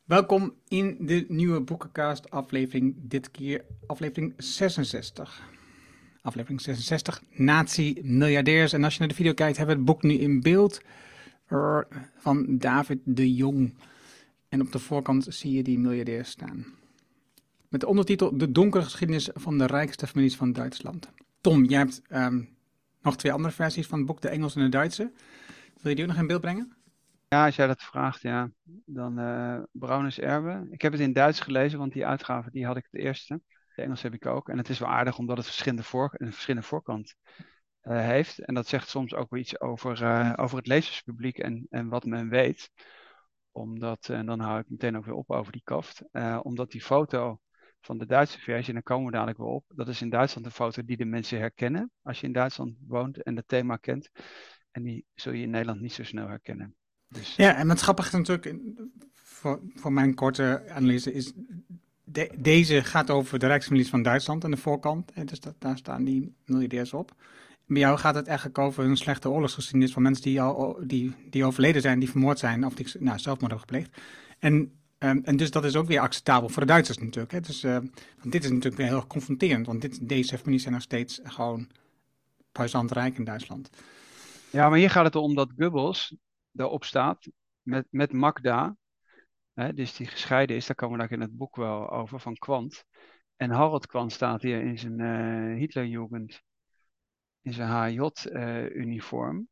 Welkom in de nieuwe Boekencast aflevering, dit keer aflevering 66. Aflevering 66, Nazi-miljardairs. En als je naar de video kijkt, hebben we het boek nu in beeld van David de Jong. En op de voorkant zie je die miljardairs staan. Met de ondertitel De donkere geschiedenis van de rijkste families van Duitsland. Tom, jij hebt nog twee andere versies van het boek, de Engelse en de Duitse. Wil je die ook nog in beeld brengen? Ja, als jij dat vraagt, ja. Dan Brauners Erbe. Ik heb het in Duits gelezen, want die uitgave die had ik het eerste. De Engels heb ik ook. En het is wel aardig omdat het een verschillende voorkant heeft. En dat zegt soms ook wel iets over het lezerspubliek en wat men weet. Omdat, en dan hou ik meteen ook weer op over die kaft. Omdat die foto van de Duitse versie, en daar komen we dadelijk wel op. Dat is in Duitsland een foto die de mensen herkennen. Als je in Duitsland woont en het thema kent. En die zul je in Nederland niet zo snel herkennen. Dus Ja, en het grappige natuurlijk, voor mijn korte analyse, is deze gaat over de rijksfamilies van Duitsland aan de voorkant. Hè, dus daar staan die miljardairs op. Bij jou gaat het eigenlijk over een slechte oorlogsgeschiedenis van mensen die overleden zijn, die vermoord zijn of die zelfmoord hebben gepleegd. En dus dat is ook weer acceptabel voor de Duitsers natuurlijk. Hè. Dus, want dit is natuurlijk weer heel erg confronterend, want deze families zijn nog steeds gewoon puissant rijk in Duitsland. ja, maar hier gaat het erom dat Goebbels daarop staat met Magda, hè, dus die gescheiden is, daar komen we daar in het boek wel over, van Quandt. En Harold Quandt staat hier in zijn Hitlerjugend, in zijn HJ-uniform.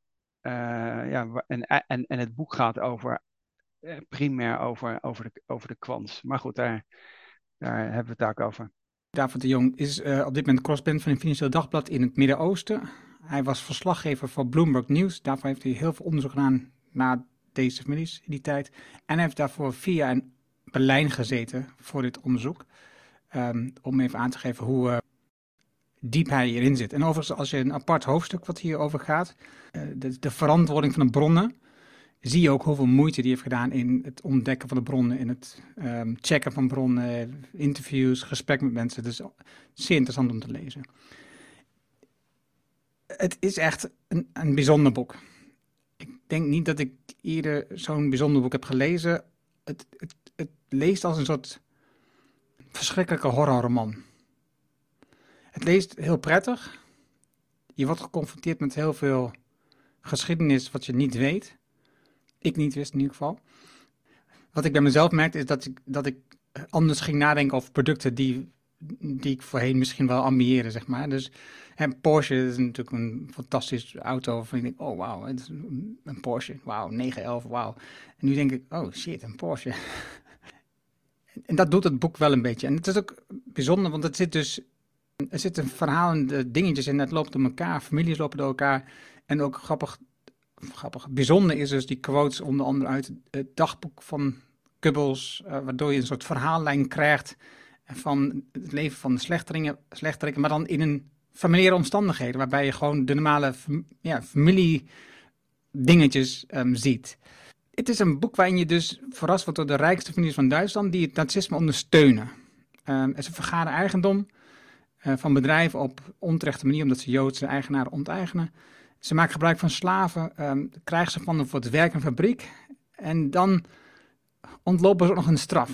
En het boek gaat primair over de Quandts. Maar goed, daar hebben we het daar ook over. David de Jong is op dit moment correspondent van een Financieel Dagblad in het Midden-Oosten. Hij was verslaggever voor Bloomberg News. Daarvoor heeft hij heel veel onderzoek gedaan naar deze families in die tijd. En hij heeft daarvoor 4 jaar in Berlijn gezeten voor dit onderzoek. Om even aan te geven hoe diep hij hierin zit. En overigens, als je een apart hoofdstuk wat hierover gaat, de verantwoording van de bronnen, zie je ook hoeveel moeite die heeft gedaan in het ontdekken van de bronnen, in het checken van bronnen, interviews, gesprek met mensen. Dus zeer interessant om te lezen. Het is echt een bijzonder boek. Ik denk niet dat ik eerder zo'n bijzonder boek heb gelezen. Het leest als een soort verschrikkelijke horrorroman. Het leest heel prettig. Je wordt geconfronteerd met heel veel geschiedenis wat je niet weet. Ik niet wist in ieder geval. Wat ik bij mezelf merkte is dat ik anders ging nadenken over producten die ik voorheen misschien wel ambieerde, zeg maar. Dus Porsche is natuurlijk een fantastische auto waarvan ik denk, oh wauw, het is een Porsche, wauw, 911, wauw. En nu denk ik, oh shit, een Porsche. En dat doet het boek wel een beetje. En het is ook bijzonder, want er zitten verhalende dingetjes in, het loopt door elkaar, families lopen door elkaar. En ook grappig, bijzonder is dus die quotes onder andere uit het dagboek van Goebbels, waardoor je een soort verhaallijn krijgt van het leven van de slechterikken, maar dan in een familiaire omstandigheden, waarbij je gewoon de normale familiedingetjes ziet. Het is een boek waarin je dus verrast wordt door de rijkste families van Duitsland die het nazisme ondersteunen. Ze vergaren eigendom van bedrijven op onterechte manier, omdat ze Joodse eigenaren onteigenen. Ze maken gebruik van slaven, krijgen ze van voor het werk in een fabriek en dan ontlopen ze ook nog een straf.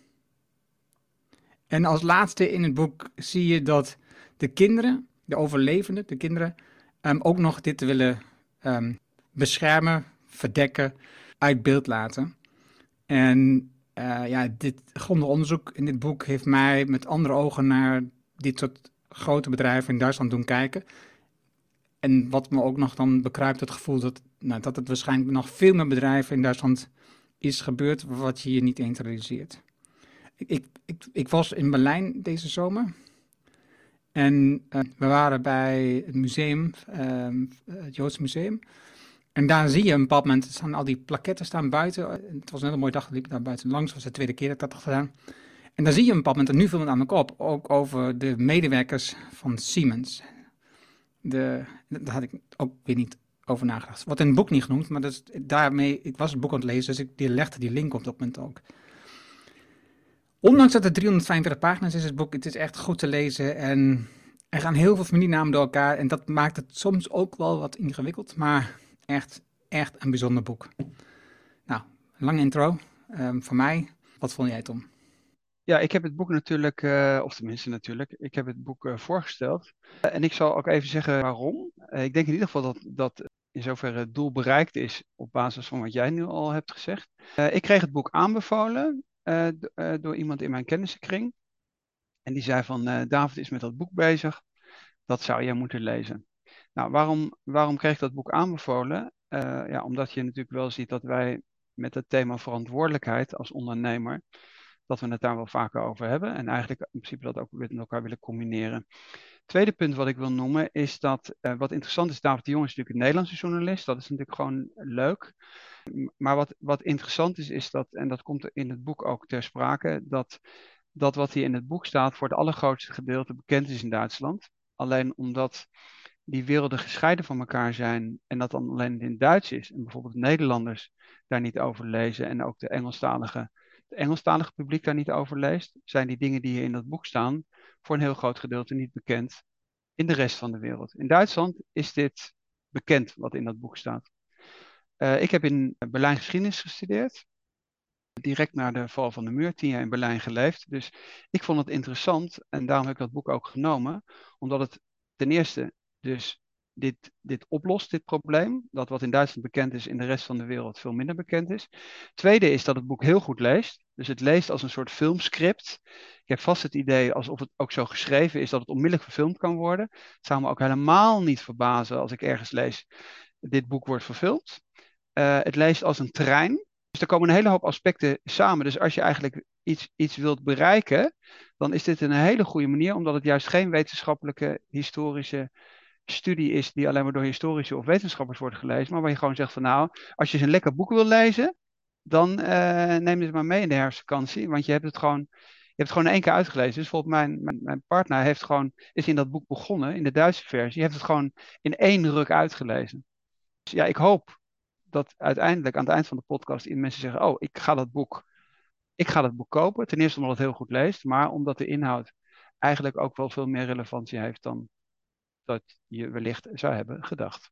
En als laatste in het boek zie je dat de kinderen, de overlevenden, de kinderen, ook nog dit willen beschermen, verdekken, uit beeld laten. En dit grondig onderzoek in dit boek heeft mij met andere ogen naar dit soort grote bedrijven in Duitsland doen kijken. En wat me ook nog dan bekruipt het gevoel dat het waarschijnlijk nog veel meer bedrijven in Duitsland is gebeurd wat je hier niet eens realiseert. Ik was in Berlijn deze zomer en we waren bij het museum, het Joodse museum. En daar zie je een bepaald moment, staan al die plaketten staan buiten. Het was een hele mooie dag, ik liep daar buiten langs, het was de tweede keer dat ik dat had gedaan. En daar zie je een bepaald moment, en nu viel het aan mijn kop, ook over de medewerkers van Siemens. Daar had ik ook weer niet over nagedacht. Wordt in het boek niet genoemd, maar ik was het boek aan het lezen, dus ik legde die link op dat moment ook. Ondanks dat het 345 pagina's is, het boek, het is echt goed te lezen en er gaan heel veel familienamen door elkaar en dat maakt het soms ook wel wat ingewikkeld, maar echt een bijzonder boek. Nou, lange intro van mij. Wat vond jij, Tom? Ja, ik heb het boek natuurlijk, of tenminste natuurlijk, ik heb het boek voorgesteld. En ik zal ook even zeggen waarom. Ik denk in ieder geval dat in zoverre het doel bereikt is op basis van wat jij nu al hebt gezegd. Ik kreeg het boek aanbevolen door iemand in mijn kennissenkring. En die zei van, David is met dat boek bezig, dat zou jij moeten lezen. Nou, waarom kreeg ik dat boek aanbevolen? Ja, omdat je natuurlijk wel ziet dat wij met het thema verantwoordelijkheid als ondernemer, dat we het daar wel vaker over hebben en eigenlijk in principe dat ook met elkaar willen combineren. Tweede punt wat ik wil noemen is dat, wat interessant is, David de Jong is natuurlijk een Nederlandse journalist, dat is natuurlijk gewoon leuk. Maar wat interessant is dat, en dat komt in het boek ook ter sprake, dat wat hier in het boek staat voor het allergrootste gedeelte bekend is in Duitsland. Alleen omdat die werelden gescheiden van elkaar zijn en dat dan alleen in Duits is en bijvoorbeeld Nederlanders daar niet over lezen en ook het Engelstalige publiek daar niet over leest, zijn die dingen die hier in dat boek staan voor een heel groot gedeelte niet bekend in de rest van de wereld. In Duitsland is dit bekend wat in dat boek staat. Ik heb in Berlijn geschiedenis gestudeerd, direct na de val van de muur, 10 jaar in Berlijn geleefd. Dus ik vond het interessant en daarom heb ik dat boek ook genomen, omdat het ten eerste dus dit oplost, dit probleem, dat wat in Duitsland bekend is, in de rest van de wereld veel minder bekend is. Tweede is dat het boek heel goed leest. Dus het leest als een soort filmscript. Ik heb vast het idee, alsof het ook zo geschreven is, dat het onmiddellijk verfilmd kan worden. Het zou me ook helemaal niet verbazen als ik ergens lees, dit boek wordt verfilmd. Het leest als een trein. Dus er komen een hele hoop aspecten samen. Dus als je eigenlijk iets wilt bereiken, dan is dit een hele goede manier, omdat het juist geen wetenschappelijke, historische studie is die alleen maar door historici of wetenschappers wordt gelezen, maar waar je gewoon zegt van nou, als je eens een lekker boek wil lezen, dan neem het maar mee in de herfstvakantie, want je hebt het gewoon in één keer uitgelezen. Dus bijvoorbeeld mijn partner is in dat boek begonnen, in de Duitse versie, heeft het gewoon in één ruk uitgelezen. Dus ja, ik hoop dat uiteindelijk aan het eind van de podcast mensen zeggen, oh, ik ga dat boek kopen. Ten eerste omdat het heel goed leest, maar omdat de inhoud eigenlijk ook wel veel meer relevantie heeft dan dat je wellicht zou hebben gedacht.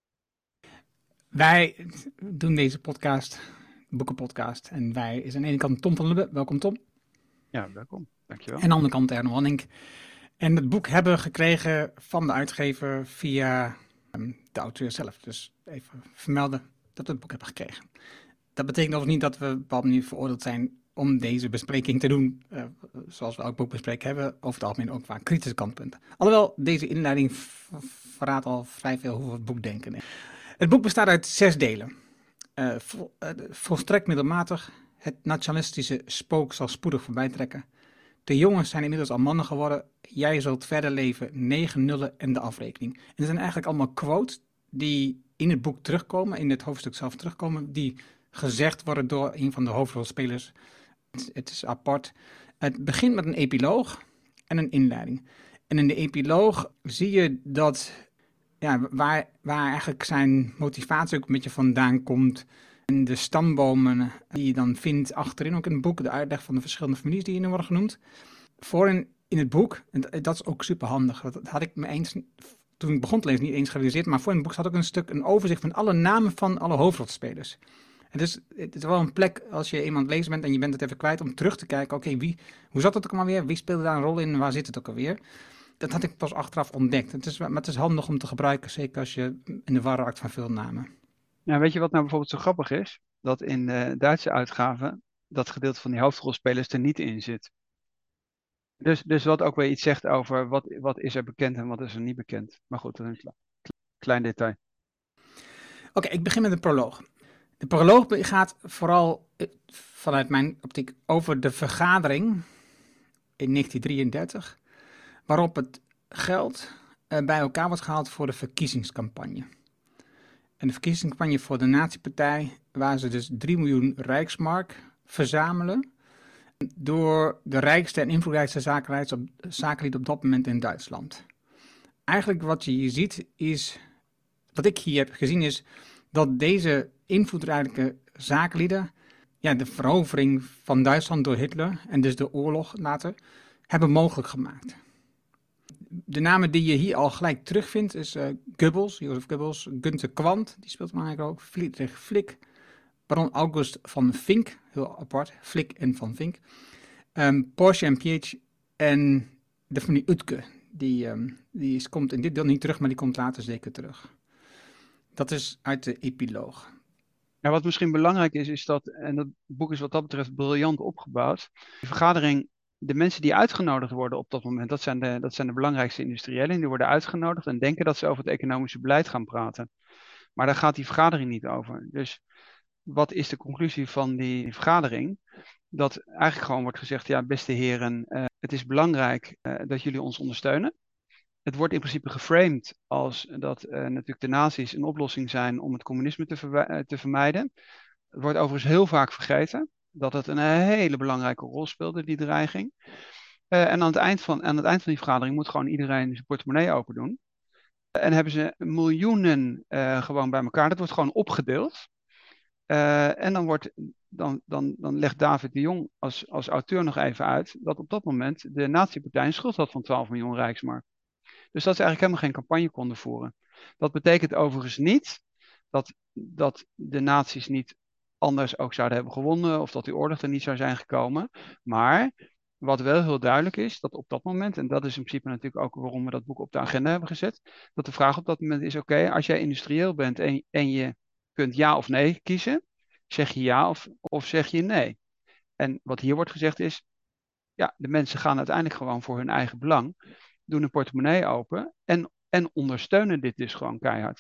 Wij doen deze podcast, boekenpodcast. En wij is aan de ene kant Tom van Lubbe. Welkom, Tom. Ja, welkom. Dankjewel. En aan de andere kant Erno Hanning. En het boek hebben we gekregen van de uitgever via de auteur zelf. Dus even vermelden dat we het boek hebben gekregen. Dat betekent overigens niet dat we op een bepaalde manier veroordeeld zijn om deze bespreking te doen. Zoals we elk boek bespreken hebben, over het algemeen ook qua kritische kantpunten. Alhoewel, deze inleiding verraadt al vrij veel hoe we het boek denken. Het boek bestaat uit 6 delen. Volstrekt middelmatig. Het nationalistische spook zal spoedig voorbij trekken. De jongens zijn inmiddels al mannen geworden. Jij zult verder leven. 9 nullen en de afrekening. En er zijn eigenlijk allemaal quotes die in het boek terugkomen, in het hoofdstuk zelf terugkomen, die gezegd worden door een van de hoofdrolspelers. Het is apart. Het begint met een epiloog en een inleiding. En in de epiloog zie je dat, ja, waar eigenlijk zijn motivatie ook een beetje vandaan komt. En de stambomen die je dan vindt achterin ook in het boek, de uitleg van de verschillende families die hier worden genoemd. Voorin in het boek, en dat is ook super handig, dat had ik me eens, toen ik begon te lezen, niet eens gerealiseerd, maar voor in het boek staat ook een overzicht van alle namen van alle hoofdrolspelers. En dus het is wel een plek als je iemand lezen bent en je bent het even kwijt om terug te kijken, oké, hoe zat het ook alweer, wie speelde daar een rol in en waar zit het ook alweer? Dat had ik pas achteraf ontdekt. Maar het is handig om te gebruiken, zeker als je in de war raakt van veel namen. Nou, weet je wat nou bijvoorbeeld zo grappig is? Dat in de Duitse uitgave dat gedeelte van die hoofdrolspelers er niet in zit. Dus wat ook weer iets zegt over wat is er bekend en wat is er niet bekend. Maar goed, dat is een klein detail. Oké, ik begin met de proloog. De proloog gaat vooral vanuit mijn optiek over de vergadering in 1933, waarop het geld bij elkaar wordt gehaald voor de verkiezingscampagne. En de verkiezingscampagne voor de Nazi-partij, waar ze dus 3 miljoen Rijksmark verzamelen door de rijkste en invloedrijkste zakenlieden op dat moment in Duitsland. Eigenlijk wat je hier ziet is, wat ik hier heb gezien is, dat deze invloedrijke zakenlieden de verovering van Duitsland door Hitler en dus de oorlog later hebben mogelijk gemaakt. De namen die je hier al gelijk terugvindt is Goebbels, Jozef Goebbels, Günther Quandt, die speelt belangrijk ook, Friedrich Flick, Baron August van Vink, heel apart, Flik en van Vink, Porsche en Piëch en de familie Utke. Die komt in dit deel niet terug, maar die komt later zeker terug. Dat is uit de epiloog. Ja, wat misschien belangrijk is dat, en dat boek is wat dat betreft briljant opgebouwd. De vergadering, de mensen die uitgenodigd worden op dat moment, dat zijn de belangrijkste industriëlen. Die worden uitgenodigd en denken dat ze over het economische beleid gaan praten. Maar daar gaat die vergadering niet over. Dus wat is de conclusie van die vergadering? Dat eigenlijk gewoon wordt gezegd, ja, beste heren, het is belangrijk dat jullie ons ondersteunen. Het wordt in principe geframed als dat natuurlijk de nazi's een oplossing zijn om het communisme te vermijden. Het wordt overigens heel vaak vergeten dat het een hele belangrijke rol speelde, die dreiging. En aan het eind van die vergadering moet gewoon iedereen zijn portemonnee open doen. En hebben ze miljoenen gewoon bij elkaar. Dat wordt gewoon opgedeeld. En dan legt David de Jong als auteur nog even uit dat op dat moment de nazi-partij een schuld had van 12 miljoen Rijksmark. Dus dat ze eigenlijk helemaal geen campagne konden voeren. Dat betekent overigens niet dat de nazi's niet anders ook zouden hebben gewonnen of dat die oorlog er niet zou zijn gekomen. Maar wat wel heel duidelijk is, dat op dat moment, en dat is in principe natuurlijk ook waarom we dat boek op de agenda hebben gezet, dat de vraag op dat moment is, oké, als jij industrieel bent en je kunt ja of nee kiezen, zeg je ja of zeg je nee. En wat hier wordt gezegd is, ja, de mensen gaan uiteindelijk gewoon voor hun eigen belang, doen een portemonnee open en ondersteunen dit dus gewoon keihard.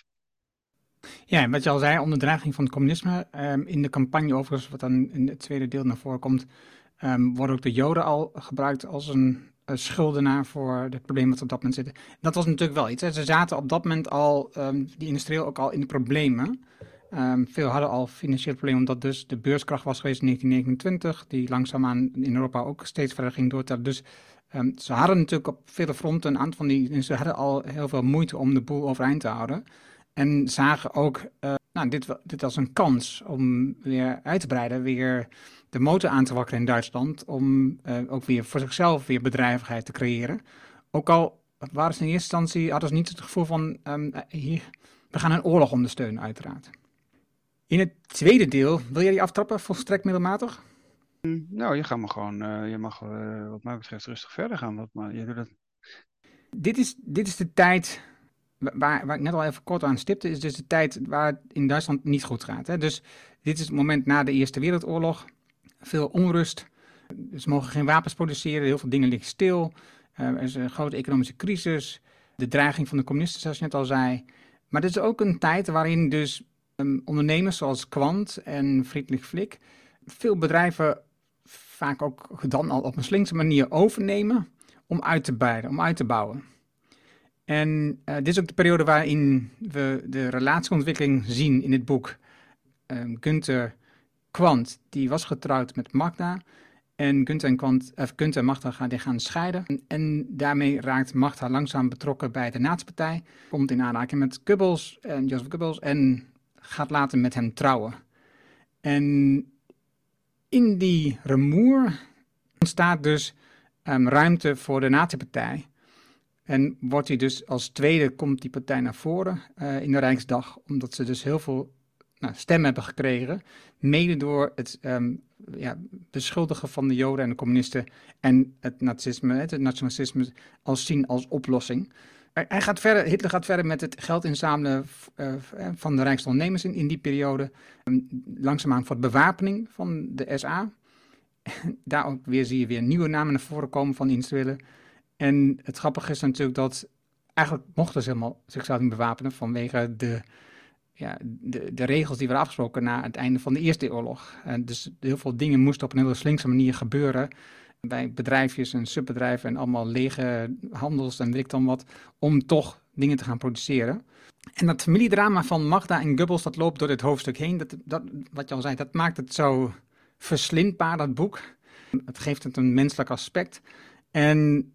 Ja, en wat je al zei, onder dreiging van het communisme, in de campagne overigens, wat dan in het tweede deel naar voren komt, worden ook de Joden al gebruikt als een schuldenaar voor het probleem wat op dat moment zitten. Dat was natuurlijk wel iets. Hè. Ze zaten op dat moment al, die industrieel ook al in de problemen. Veel hadden al financiële problemen, omdat dus de beurskracht was geweest in 1929, die langzaamaan in Europa ook steeds verder ging doortellen. Dus ze hadden natuurlijk op vele fronten een aantal van die, ze hadden al heel veel moeite om de boel overeind te houden. En zagen ook dit als een kans om weer uit te breiden, weer de motor aan te wakkeren in Duitsland, om ook weer voor zichzelf weer bedrijvigheid te creëren. Ook al waren ze in eerste instantie, hadden ze niet het gevoel van, we gaan een oorlog ondersteunen uiteraard. In het tweede deel, wil jij die aftrappen, volstrekt middelmatig? Nou, je mag wat mij betreft rustig verder gaan. Je doet het. Dit is de tijd waar ik net al even kort aan stipte, is dus de tijd waar het in Duitsland niet goed gaat. Hè? Dus dit is het moment na de Eerste Wereldoorlog. Veel onrust. Ze mogen geen wapens produceren, heel veel dingen liggen stil. Er is een grote economische crisis. De dreiging van de communisten, zoals je net al zei. Maar dit is ook een tijd waarin dus ondernemers zoals Quandt en Friedrich Flick veel bedrijven vaak ook dan al op een slinkse manier overnemen om uit te breiden, om uit te bouwen. En dit is ook de periode waarin we de relatieontwikkeling zien in het boek. Günther Quandt, die was getrouwd met Magda. En Günther en Magda die gaan scheiden. En daarmee raakt Magda langzaam betrokken bij de Nazi-partij. Komt in aanraking met Goebbels en Joseph Goebbels en gaat later met hem trouwen. En in die rumoer ontstaat dus ruimte voor de Nazi-partij. En wordt hij dus als tweede, komt die partij naar voren in de Rijksdag, omdat ze dus heel veel stemmen hebben gekregen, mede door het beschuldigen van de Joden en de communisten en het nazisme, het nationalisme als zien als oplossing. Hitler gaat verder met het geld inzamelen van de rijkste ondernemers in die periode, langzaamaan voor de bewapening van de SA. Daar ook weer zie je weer nieuwe namen naar voren komen van industriëlen. En het grappige is natuurlijk dat eigenlijk mochten ze helemaal zichzelf niet bewapenen vanwege de regels die werden afgesproken na het einde van de Eerste Oorlog. En dus heel veel dingen moesten op een hele slinkse manier gebeuren bij bedrijfjes en subbedrijven en allemaal lege handels en weet ik dan wat, om toch dingen te gaan produceren. En dat familiedrama van Magda en Goebbels, dat loopt door dit hoofdstuk heen. Dat, wat je al zei, dat maakt het zo verslindbaar, dat boek. Het geeft het een menselijk aspect. En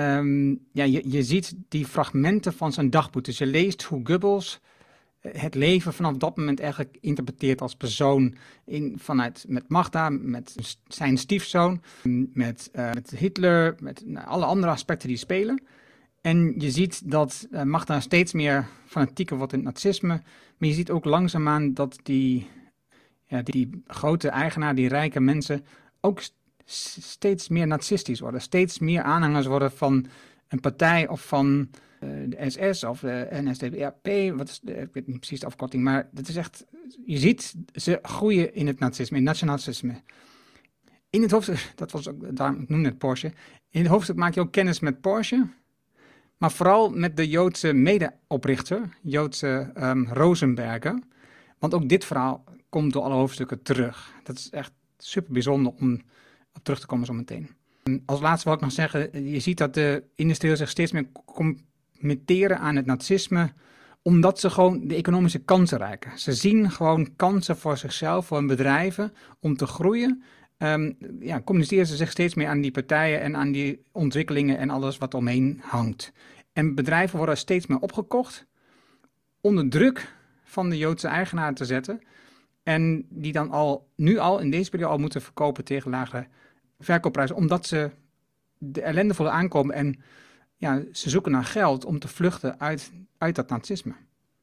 je ziet die fragmenten van zijn dagboek. Dus je leest hoe Goebbels het leven vanaf dat moment eigenlijk interpreteert als persoon met Magda, met zijn stiefzoon, met Hitler, met alle andere aspecten die spelen. En je ziet dat Magda steeds meer fanatieker wordt in het nazisme, maar je ziet ook langzaamaan dat ja, die grote eigenaar, die rijke mensen, ook steeds meer nazistisch worden. Steeds meer aanhangers worden van een partij of van de SS of de NSDAP. Ik weet niet precies de afkorting, maar dat is echt, je ziet ze groeien in het nazisme, in het nationalisme. In het hoofdstuk, dat was ook, daarom ik noemde het Porsche. In het hoofdstuk maak je ook kennis met Porsche, maar vooral met de Joodse medeoprichter, Joodse Rosenberger. Want ook dit verhaal komt door alle hoofdstukken terug. Dat is echt super bijzonder om op terug te komen zo meteen. Als laatste wil ik nog zeggen, je ziet dat de industriëlen zich steeds meer committeren aan het nazisme, omdat ze gewoon de economische kansen reiken. Ze zien gewoon kansen voor zichzelf, voor hun bedrijven, om te groeien. Communiceren ze zich steeds meer aan die partijen en aan die ontwikkelingen en alles wat omheen hangt. En bedrijven worden steeds meer opgekocht, onder druk van de Joodse eigenaar te zetten. En die dan nu al in deze periode al moeten verkopen tegen lagere verkoopprijzen, omdat ze de ellende voelen aankomen en ja, ze zoeken naar geld om te vluchten uit dat nazisme.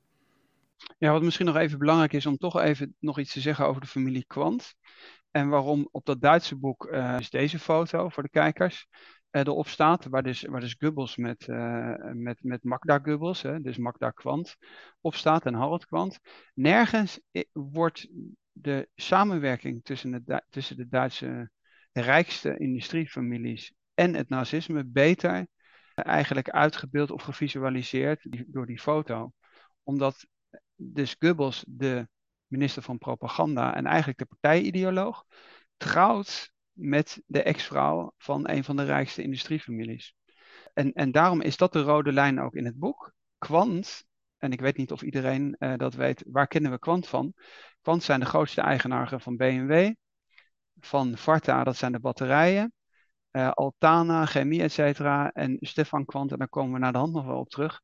Ja, wat misschien nog even belangrijk is om toch even nog iets te zeggen over de familie Quandt. En waarom op dat Duitse boek is deze foto voor de kijkers erop staat, waar dus Goebbels met Magda Goebbels, dus Magda Quandt, op staat en Harold Quandt. Nergens wordt de samenwerking tussen de Duitse rijkste industriefamilies en het nazisme beter eigenlijk uitgebeeld of gevisualiseerd door die foto. Omdat dus Goebbels, de minister van Propaganda en eigenlijk de partijideoloog, trouwt met de ex-vrouw van een van de rijkste industriefamilies. En daarom is dat de rode lijn ook in het boek. Quandt, en ik weet niet of iedereen dat weet, waar kennen we Quandt van? Quandt zijn de grootste eigenaren van BMW, van Varta, dat zijn de batterijen, Altana, chemie, et cetera. En Stefan Quandt, en daar komen we naar de hand nog wel op terug,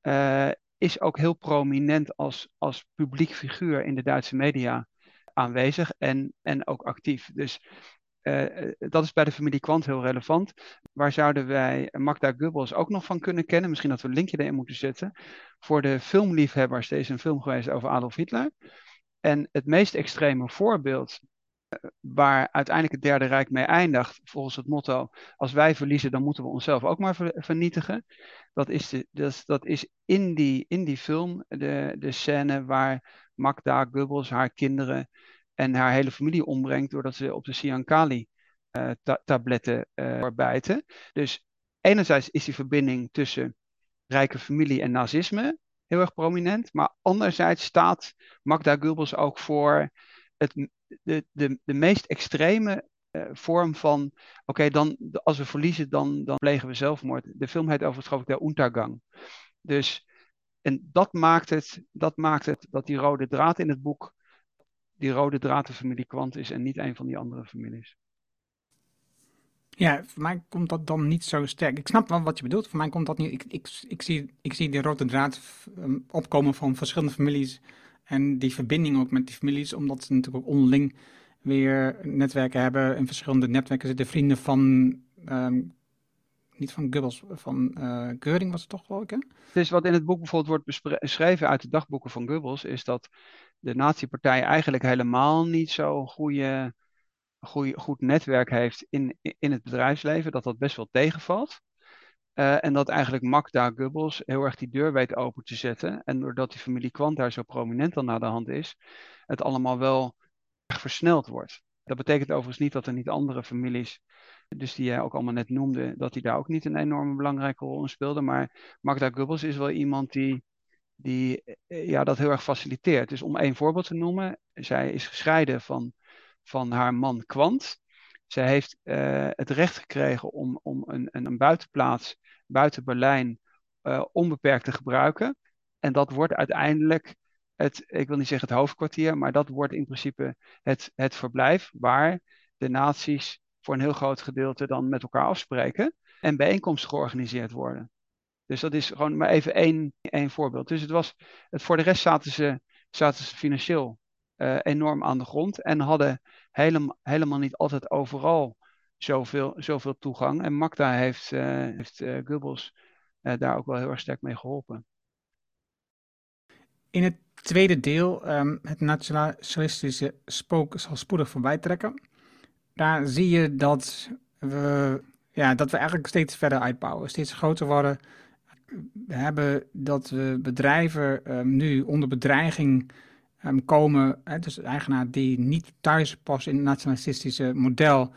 is ook heel prominent als publiek figuur in de Duitse media aanwezig en ook actief. Dus dat is bij de familie Quandt heel relevant. Waar zouden wij Magda Goebbels ook nog van kunnen kennen? Misschien dat we een linkje erin moeten zetten. Voor de filmliefhebbers, er is een film geweest over Adolf Hitler. En het meest extreme voorbeeld waar uiteindelijk het Derde Rijk mee eindigt, volgens het motto, als wij verliezen, dan moeten we onszelf ook maar vernietigen. Dat is in die film de scène waar Magda Goebbels haar kinderen en haar hele familie ombrengt, doordat ze op de Cyankali tabletten bijten. Dus enerzijds is die verbinding tussen rijke familie en nazisme heel erg prominent, maar anderzijds staat Magda Goebbels ook voor de meest extreme vorm van, oké, dan als we verliezen, dan plegen we zelfmoord. De film heet overigens geloof ik de Untergang. Dus, en dat maakt het dat die rode draad in het boek, die rode draad de familie Quandt is en niet een van die andere families. Ja, voor mij komt dat dan niet zo sterk. Ik snap wel wat je bedoelt. Voor mij komt dat niet. Ik zie die rode draad opkomen van verschillende families. En die verbinding ook met die families, omdat ze natuurlijk ook onderling weer netwerken hebben. In verschillende netwerken zitten vrienden van, niet van Goebbels, van Göring was het toch wel, hè? Dus wat in het boek bijvoorbeeld wordt beschreven uit de dagboeken van Goebbels, is dat de nazi-partij eigenlijk helemaal niet zo'n goed netwerk heeft in het bedrijfsleven, dat best wel tegenvalt. En dat eigenlijk Magda Goebbels heel erg die deur weet open te zetten. En doordat die familie Quandt daar zo prominent dan naar de hand is, het allemaal wel erg versneld wordt. Dat betekent overigens niet dat er niet andere families, dus die jij ook allemaal net noemde, dat die daar ook niet een enorme belangrijke rol in speelden. Maar Magda Goebbels is wel iemand die ja, dat heel erg faciliteert. Dus om één voorbeeld te noemen, zij is gescheiden van haar man Quandt. Zij heeft het recht gekregen om een buitenplaats buiten Berlijn onbeperkt te gebruiken. En dat wordt uiteindelijk ik wil niet zeggen het hoofdkwartier, maar dat wordt in principe het verblijf waar de naties voor een heel groot gedeelte dan met elkaar afspreken en bijeenkomsten georganiseerd worden. Dus dat is gewoon maar even één voorbeeld. Dus voor de rest zaten ze financieel enorm aan de grond en hadden helemaal niet altijd overal zoveel toegang. En Magda heeft Goebbels daar ook wel heel erg sterk mee geholpen. In het tweede deel, het nationalistische spook zal spoedig voorbij trekken. Daar zie je dat we eigenlijk steeds verder uitbouwen, steeds groter worden. We hebben dat we bedrijven nu onder bedreiging komen. Hè, dus de eigenaar die niet thuis past in het nationalistische model,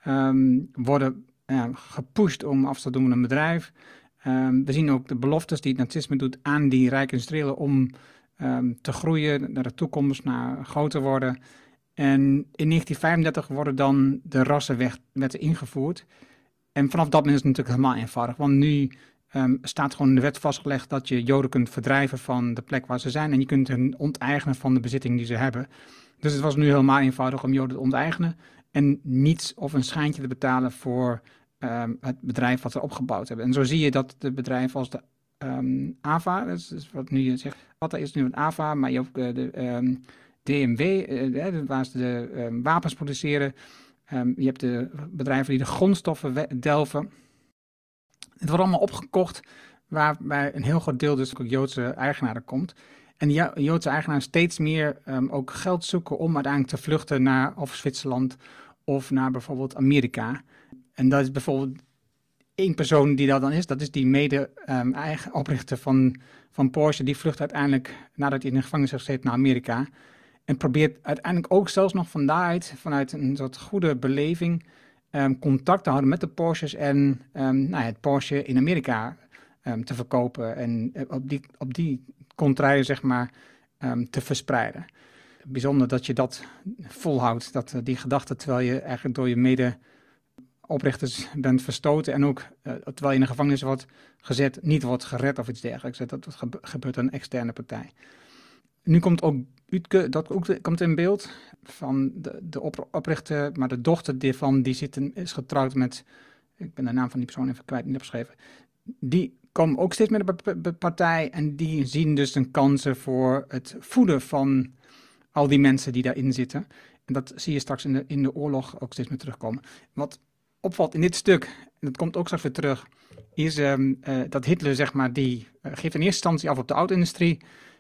worden gepusht om af te doen met een bedrijf. We zien ook de beloftes die het nazisme doet aan die rijke industriëlen om te groeien naar de toekomst, naar groter worden. En in 1935 worden dan de rassenwetten ingevoerd. En vanaf dat moment is het natuurlijk helemaal eenvoudig. Want nu staat gewoon in de wet vastgelegd dat je Joden kunt verdrijven van de plek waar ze zijn. En je kunt hen onteigenen van de bezitting die ze hebben. Dus het was nu helemaal eenvoudig om Joden te onteigenen. En niets of een schijntje te betalen voor het bedrijf wat ze opgebouwd hebben. En zo zie je dat de bedrijven als de AVA, dat is wat nu zegt, wat is nu een AVA, maar je hebt ook de DMW, waar ze de wapens produceren. Je hebt de bedrijven die de grondstoffen delven. Het wordt allemaal opgekocht, waarbij een heel groot deel dus ook Joodse eigenaren komt. En die Joodse eigenaren steeds meer ook geld zoeken om uiteindelijk te vluchten naar of Zwitserland of naar bijvoorbeeld Amerika. En dat is bijvoorbeeld één persoon die dat dan is. Dat is die eigen oprichter van Porsche. Die vlucht uiteindelijk, nadat hij in de gevangenis heeft gezeten, naar Amerika. En probeert uiteindelijk ook zelfs nog van daaruit, vanuit een soort goede beleving, contact te houden met de Porsches en het Porsche in Amerika te verkopen. En op die contraien, zeg maar, te verspreiden. Bijzonder dat je dat volhoudt, die gedachte, terwijl je eigenlijk door je medeoprichters bent verstoten en ook terwijl je in de gevangenis wordt gezet, niet wordt gered of iets dergelijks. Dat gebeurt een externe partij. Nu komt ook Utke, dat ook komt in beeld van de oprichter, maar de dochter daarvan die is getrouwd met, ik ben de naam van die persoon even kwijt, niet opgeschreven. Die komen ook steeds meer de partij en die zien dus een kansen voor het voeden van al die mensen die daarin zitten. En dat zie je straks in de oorlog ook steeds meer terugkomen. Wat opvalt in dit stuk, en dat komt ook straks weer terug, is dat Hitler, zeg maar, die geeft in eerste instantie af op de auto-industrie.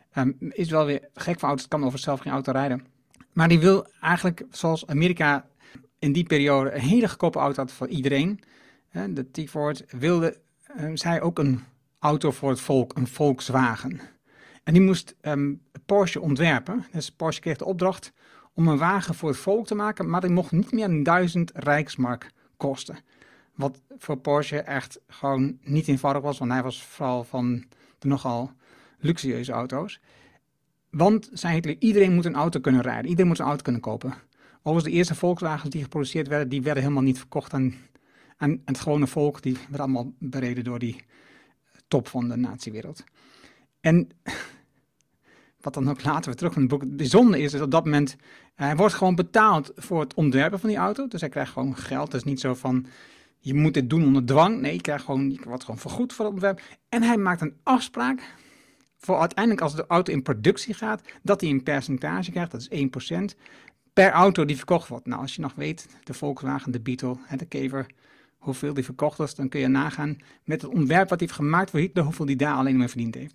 Is wel weer gek voor auto's, kan over zelf geen auto rijden. Maar die wil eigenlijk, zoals Amerika in die periode een hele goedkope auto had voor iedereen. De T-Ford wilde zij ook een auto voor het volk, een Volkswagen. En die moest Porsche ontwerpen. Dus Porsche kreeg de opdracht om een wagen voor het volk te maken, maar die mocht niet meer dan 1000 Rijksmark kosten. Wat voor Porsche echt gewoon niet eenvoudig was, want hij was vooral van de nogal luxueuze auto's. Want, zei Hitler, iedereen moet een auto kunnen rijden. Iedereen moet een auto kunnen kopen. Overigens, de eerste Volkswagens die geproduceerd werden, die werden helemaal niet verkocht aan het gewone volk. Die werden allemaal bereden door die top van de natiewereld. En wat dan ook later weer terug van het boek, het bijzondere is dat op dat moment, hij wordt gewoon betaald voor het ontwerpen van die auto. Dus hij krijgt gewoon geld. Het is niet zo van, je moet dit doen onder dwang. Nee, je wordt gewoon vergoed voor het ontwerp. En hij maakt een afspraak voor uiteindelijk als de auto in productie gaat, dat hij een percentage krijgt, dat is 1%, per auto die verkocht wordt. Nou, als je nog weet, de Volkswagen, de Beetle, de Kever, hoeveel die verkocht is, dan kun je nagaan met het ontwerp wat hij heeft gemaakt voor Hitler, hoeveel die daar alleen maar verdiend heeft.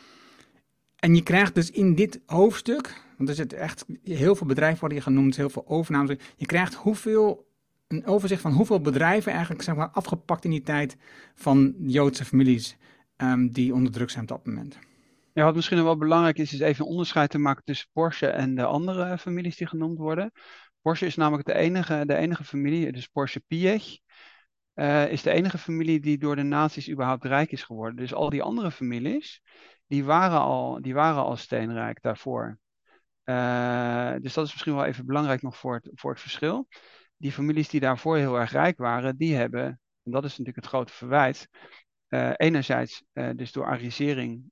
En je krijgt dus in dit hoofdstuk, want er zitten echt heel veel bedrijven worden hier genoemd, heel veel overnames, je krijgt een overzicht van hoeveel bedrijven eigenlijk, zeg maar, afgepakt in die tijd van Joodse families die onder druk zijn op dat moment. Ja, wat misschien nog wel belangrijk is even een onderscheid te maken tussen Porsche en de andere families die genoemd worden. Porsche is namelijk de enige familie, dus Porsche Piëch, is de enige familie die door de nazi's überhaupt rijk is geworden. Dus al die andere families, die waren al steenrijk daarvoor. Dus dat is misschien wel even belangrijk nog voor het verschil. Die families die daarvoor heel erg rijk waren, die hebben, en dat is natuurlijk het grote verwijt, enerzijds dus door arisering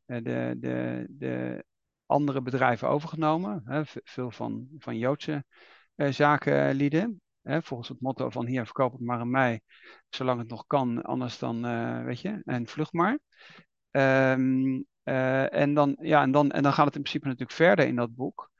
de andere bedrijven overgenomen. Veel van Joodse zakenlieden. Volgens het motto van hier verkoop het maar aan mij, zolang het nog kan, anders dan weet je, en vlucht maar. En dan gaat het in principe natuurlijk verder in dat boek.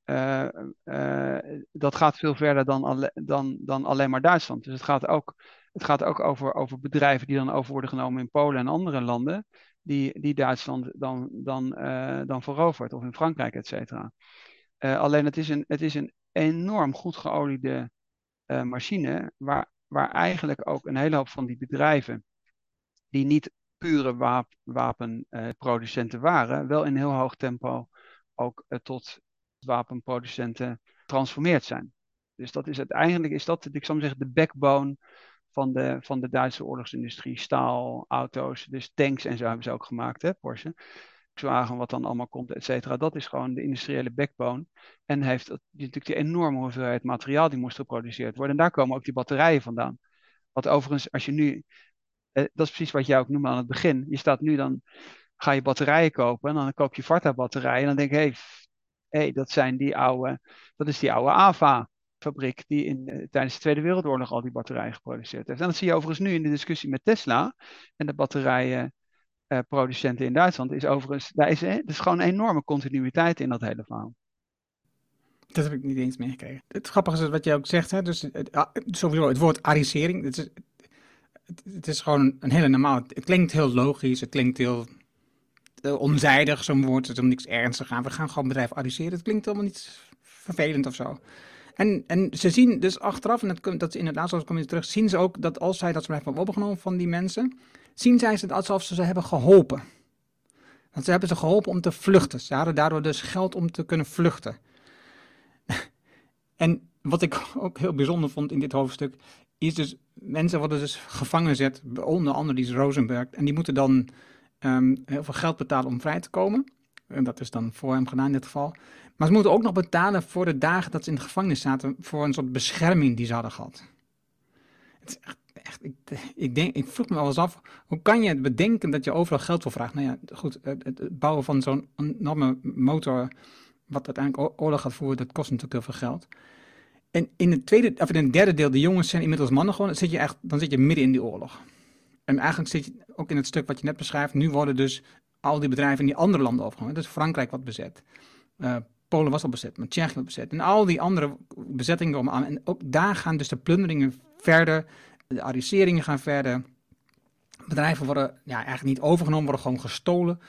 Dat gaat veel verder dan alleen maar Duitsland. Dus het gaat ook over bedrijven die dan over worden genomen in Polen en andere landen, die Duitsland dan verovert, of in Frankrijk, et cetera. Alleen het is een enorm goed geoliede machine, waar eigenlijk ook een hele hoop van die bedrijven, die niet pure wapenproducenten waren, wel in heel hoog tempo ook tot wapenproducenten getransformeerd zijn. Dus dat is uiteindelijk, ik zou maar zeggen, de backbone van de Duitse oorlogsindustrie. Staal, auto's, dus tanks en zo hebben ze ook gemaakt, hè, Porsche. Volkswagen, wat dan allemaal komt, et cetera. Dat is gewoon de industriële backbone. En heeft natuurlijk die enorme hoeveelheid materiaal die moest geproduceerd worden. En daar komen ook die batterijen vandaan. Wat overigens, als je nu, dat is precies wat jij ook noemde aan het begin. Je staat nu dan, ga je batterijen kopen en dan koop je Varta-batterijen. En dan denk je, hey, dat is die oude AVA-fabriek die tijdens de Tweede Wereldoorlog al die batterijen geproduceerd heeft. En dat zie je overigens nu in de discussie met Tesla en de batterijenproducenten in Duitsland. Er is gewoon een enorme continuïteit in dat hele verhaal. Dat heb ik niet eens meegekregen. Het grappige is wat jij ook zegt, hè? Dus sowieso het woord arisering. Het is gewoon een hele normale. Het klinkt heel logisch, het klinkt heel onzijdig, zo'n woord. Het is om niks ernstigs aan. We gaan gewoon bedrijf ariseren. Het klinkt helemaal niet vervelend of zo. En ze zien dus achteraf, en dat is inderdaad, zoals ik kom terug, zien ze ook dat als zij dat bedrijf hebben opgenomen van die mensen, zien zij het alsof ze hebben geholpen. Want ze hebben ze geholpen om te vluchten. Ze hadden daardoor dus geld om te kunnen vluchten. En wat ik ook heel bijzonder vond in dit hoofdstuk, is dus, mensen worden dus gevangen gezet, onder andere die Rosenberg, en die moeten dan heel veel geld betalen om vrij te komen. En dat is dan voor hem gedaan in dit geval. Maar ze moeten ook nog betalen voor de dagen dat ze in de gevangenis zaten, voor een soort bescherming die ze hadden gehad. Het is echt ik vroeg me wel eens af, hoe kan je bedenken dat je overal geld voor vraagt? Nou ja, goed, het bouwen van zo'n enorme motor, wat uiteindelijk oorlog gaat voeren, dat kost natuurlijk heel veel geld. En in het derde deel, de jongens zijn inmiddels mannen gewoon, dan zit je midden in die oorlog. En eigenlijk zit je ook in het stuk wat je net beschrijft, nu worden dus al die bedrijven in die andere landen overgenomen. Dus Frankrijk wordt bezet. Polen was al bezet, maar Tsjechië wordt bezet. En al die andere bezettingen komen aan. En ook daar gaan dus de plunderingen verder, de ariseringen gaan verder. Bedrijven worden eigenlijk niet overgenomen, worden gewoon gestolen.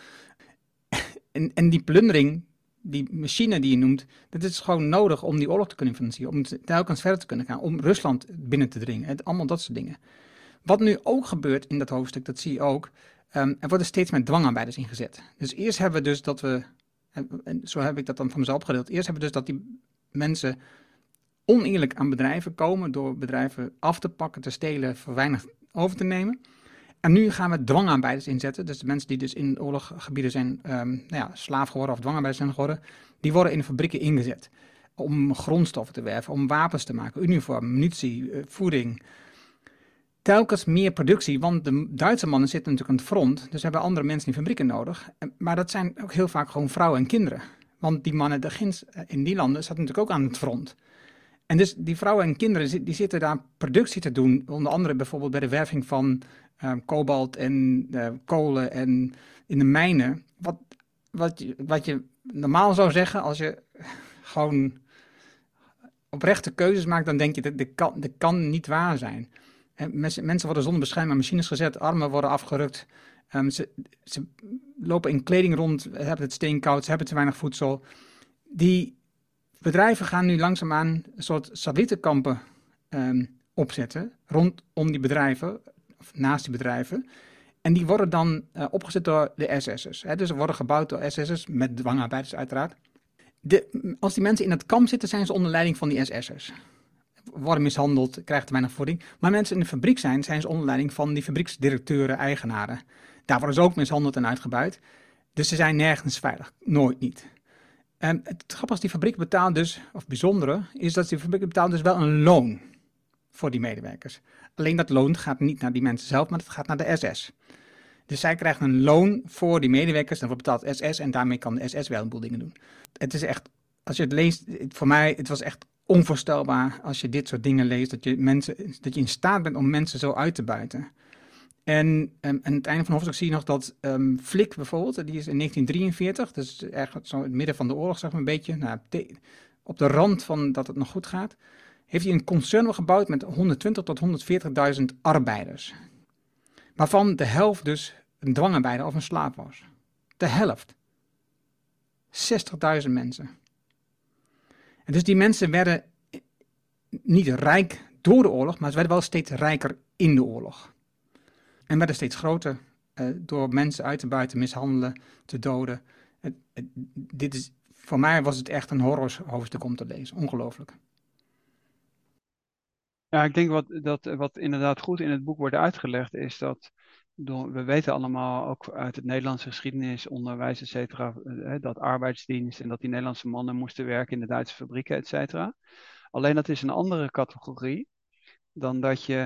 En die plundering, die machine die je noemt, dat is gewoon nodig om die oorlog te kunnen financieren. Om telkens verder te kunnen gaan, om Rusland binnen te dringen. Allemaal dat soort dingen. Wat nu ook gebeurt in dat hoofdstuk, dat zie je ook, er worden steeds meer dwangarbeiders ingezet. Dus eerst hebben we dus dat we, en zo heb ik dat dan van mezelf opgedeeld, eerst hebben we dus dat die mensen oneerlijk aan bedrijven komen door bedrijven af te pakken, te stelen, voor weinig over te nemen. En nu gaan we dwangarbeiders inzetten, dus de mensen die dus in oorlogsgebieden zijn slaaf geworden of dwangarbeiders zijn geworden, die worden in de fabrieken ingezet om grondstoffen te werven, om wapens te maken, uniform, munitie, voeding. Telkens meer productie, want de Duitse mannen zitten natuurlijk aan het front, dus hebben andere mensen in fabrieken nodig. Maar dat zijn ook heel vaak gewoon vrouwen en kinderen. Want die mannen in die landen zaten natuurlijk ook aan het front. En dus die vrouwen en kinderen die zitten daar productie te doen, onder andere bijvoorbeeld bij de werving van kobalt en kolen en in de mijnen. Wat je normaal zou zeggen als je gewoon oprechte keuzes maakt, dan denk je dat kan niet waar zijn. Mensen worden zonder bescherming aan machines gezet, armen worden afgerukt. Ze lopen in kleding rond, hebben het steenkoud, ze hebben te weinig voedsel. Die bedrijven gaan nu langzaamaan een soort satellietenkampen opzetten rondom die bedrijven, of naast die bedrijven. En die worden dan opgezet door de SS'ers. Dus ze worden gebouwd door SS'ers, met dwangarbeiders uiteraard. Als die mensen in het kamp zitten, zijn ze onder leiding van die SS'ers. Worden mishandeld, krijgen te weinig voeding. Maar mensen in de fabriek zijn ze onder leiding van die fabrieksdirecteuren, eigenaren. Daar worden ze ook mishandeld en uitgebuit. Dus ze zijn nergens veilig. Nooit niet. Het grappige is, die fabriek betaalt dus, of bijzondere, is dat die fabriek betaalt dus wel een loon voor die medewerkers. Alleen dat loon gaat niet naar die mensen zelf, maar het gaat naar de SS. Dus zij krijgen een loon voor die medewerkers, dan wordt betaald SS en daarmee kan de SS wel een boel dingen doen. Het is echt, als je het leest, voor mij, het was echt onvoorstelbaar als je dit soort dingen leest, dat je in staat bent om mensen zo uit te buiten. En aan het einde van het hoofdstuk zie je nog dat Flick bijvoorbeeld, die is in 1943, dus ergens zo in het midden van de oorlog, zeg maar een beetje, op de rand van dat het nog goed gaat, heeft hij een concern gebouwd met 120.000 tot 140.000 arbeiders. Waarvan de helft dus een dwangarbeider of een slaaf was. De helft. 60.000 mensen. En dus die mensen werden niet rijk door de oorlog, maar ze werden wel steeds rijker in de oorlog. En werden steeds groter door mensen uit te buiten, mishandelen, te doden. Voor mij was het echt een horrorhoofdstuk om te lezen. Ongelooflijk. Ja, ik denk wat inderdaad goed in het boek wordt uitgelegd is dat we weten allemaal ook uit het Nederlandse geschiedenis, onderwijs, et cetera, dat arbeidsdienst en dat die Nederlandse mannen moesten werken in de Duitse fabrieken, et cetera. Alleen dat is een andere categorie dan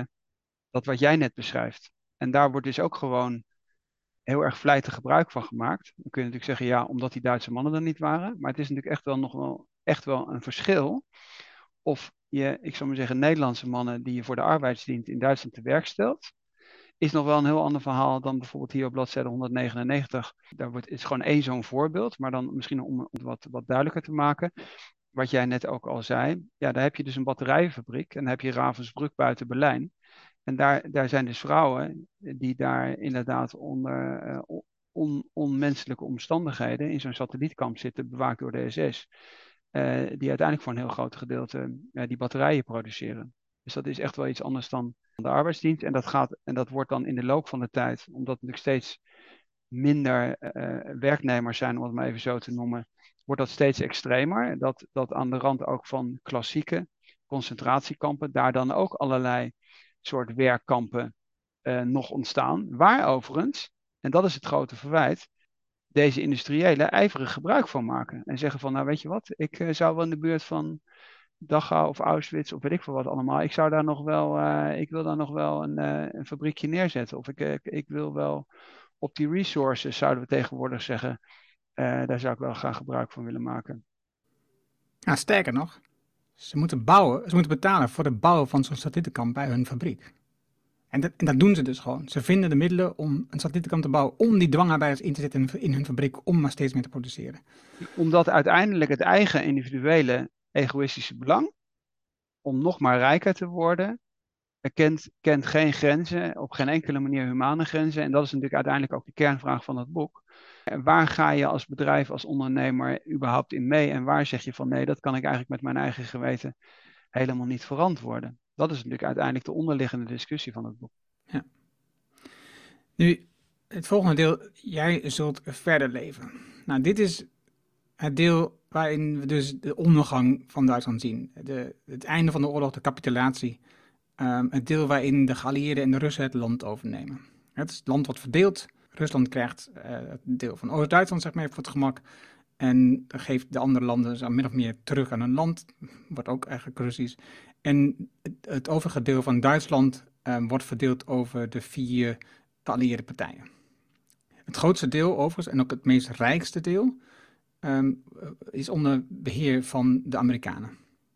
dat wat jij net beschrijft. En daar wordt dus ook gewoon heel erg vlijtig gebruik van gemaakt. Dan kun je natuurlijk zeggen, ja, omdat die Duitse mannen er niet waren. Maar het is natuurlijk echt wel een verschil of je, ik zou maar zeggen, Nederlandse mannen die je voor de arbeidsdienst in Duitsland te werk stelt, is nog wel een heel ander verhaal dan bijvoorbeeld hier op bladzijde 199. Is gewoon één zo'n voorbeeld, maar dan misschien om het wat duidelijker te maken. Wat jij net ook al zei, ja, daar heb je dus een batterijenfabriek en dan heb je Ravensbrück buiten Berlijn. En daar zijn dus vrouwen die daar inderdaad onder onmenselijke omstandigheden in zo'n satellietkamp zitten, bewaakt door de SS. Die uiteindelijk voor een heel groot gedeelte die batterijen produceren. Dus dat is echt wel iets anders dan de arbeidsdienst. En dat wordt dan in de loop van de tijd, omdat er steeds minder werknemers zijn, om het maar even zo te noemen, wordt dat steeds extremer. Dat aan de rand ook van klassieke concentratiekampen, daar dan ook allerlei soort werkkampen nog ontstaan. Waar overigens, en dat is het grote verwijt, deze industriëlen ijverig gebruik van maken. En zeggen van, nou weet je wat, ik zou wel in de buurt van Dachau of Auschwitz of weet ik veel wat allemaal. Ik zou daar nog wel, ik wil daar nog wel een fabriekje neerzetten. Of ik wil wel op die resources, zouden we tegenwoordig zeggen, daar zou ik wel graag gebruik van willen maken. Ja, sterker nog, ze moeten betalen voor het bouwen van zo'n satellietkamp bij hun fabriek. En dat doen ze dus gewoon. Ze vinden de middelen om een satellietkamp te bouwen, om die dwangarbeiders in te zetten in hun fabriek, om maar steeds meer te produceren. Omdat uiteindelijk het eigen individuele egoïstische belang, om nog maar rijker te worden, kent geen grenzen, op geen enkele manier humane grenzen. En dat is natuurlijk uiteindelijk ook de kernvraag van het boek. En waar ga je als bedrijf, als ondernemer überhaupt in mee? En waar zeg je van nee, dat kan ik eigenlijk met mijn eigen geweten helemaal niet verantwoorden? Dat is natuurlijk uiteindelijk de onderliggende discussie van het boek. Ja. Nu, het volgende deel, jij zult verder leven. Nou, dit is het deel waarin we dus de ondergang van Duitsland zien. Het einde van de oorlog, de capitulatie. Het deel waarin de geallieerden en de Russen het land overnemen. Het is het land wat verdeeld. Rusland krijgt het deel van Oost-Duitsland, zeg maar, voor het gemak. En geeft de andere landen min of meer terug aan hun land. Wordt ook eigenlijk Russisch. En het overige deel van Duitsland wordt verdeeld over de 4 geallieerde partijen. Het grootste deel overigens, en ook het meest rijkste deel, is onder beheer van de Amerikanen.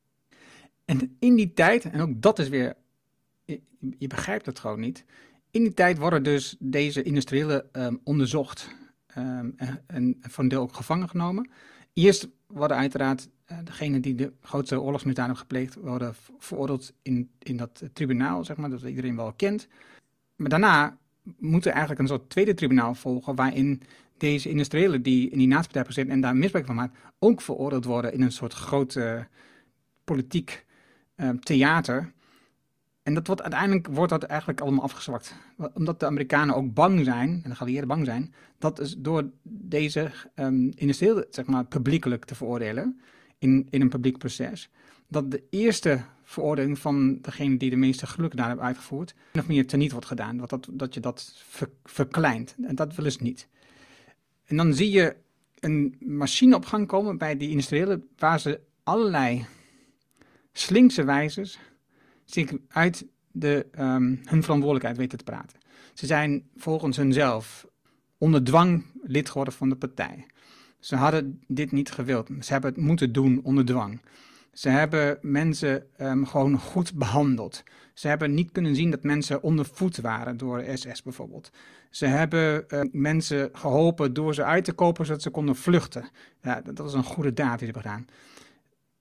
En in die tijd, en ook dat is weer, je begrijpt het gewoon niet, in die tijd worden dus deze industriëlen onderzocht en voor een deel ook gevangen genomen. Eerst worden uiteraard degenen die de grootste oorlogsmisdaden hebben gepleegd, worden veroordeeld in dat tribunaal, zeg maar, dat iedereen wel kent. Maar daarna moet er eigenlijk een soort tweede tribunaal volgen, waarin deze industriëlen die in die nazi-partij zitten en daar misbruik van maken, ook veroordeeld worden in een soort groot politiek theater. En uiteindelijk wordt dat eigenlijk allemaal afgezwakt. Omdat de Amerikanen ook bang zijn, en de geallieerden bang zijn, dat is door deze industriëlen, zeg maar, publiekelijk te veroordelen, in een publiek proces, dat de eerste veroordeling van degene die de meeste gelukken daar hebben uitgevoerd, nog meer teniet wordt gedaan. Dat je dat verkleint. En dat willen ze niet. En dan zie je een machine op gang komen bij die industriëlen, waar ze allerlei slinkse wijzes zich uit hun verantwoordelijkheid weten te praten. Ze zijn volgens hunzelf onder dwang lid geworden van de partij. Ze hadden dit niet gewild. Ze hebben het moeten doen onder dwang. Ze hebben mensen gewoon goed behandeld. Ze hebben niet kunnen zien dat mensen onder voet waren door SS bijvoorbeeld. Ze hebben mensen geholpen door ze uit te kopen zodat ze konden vluchten. Ja, dat was een goede daad die ze hebben gedaan.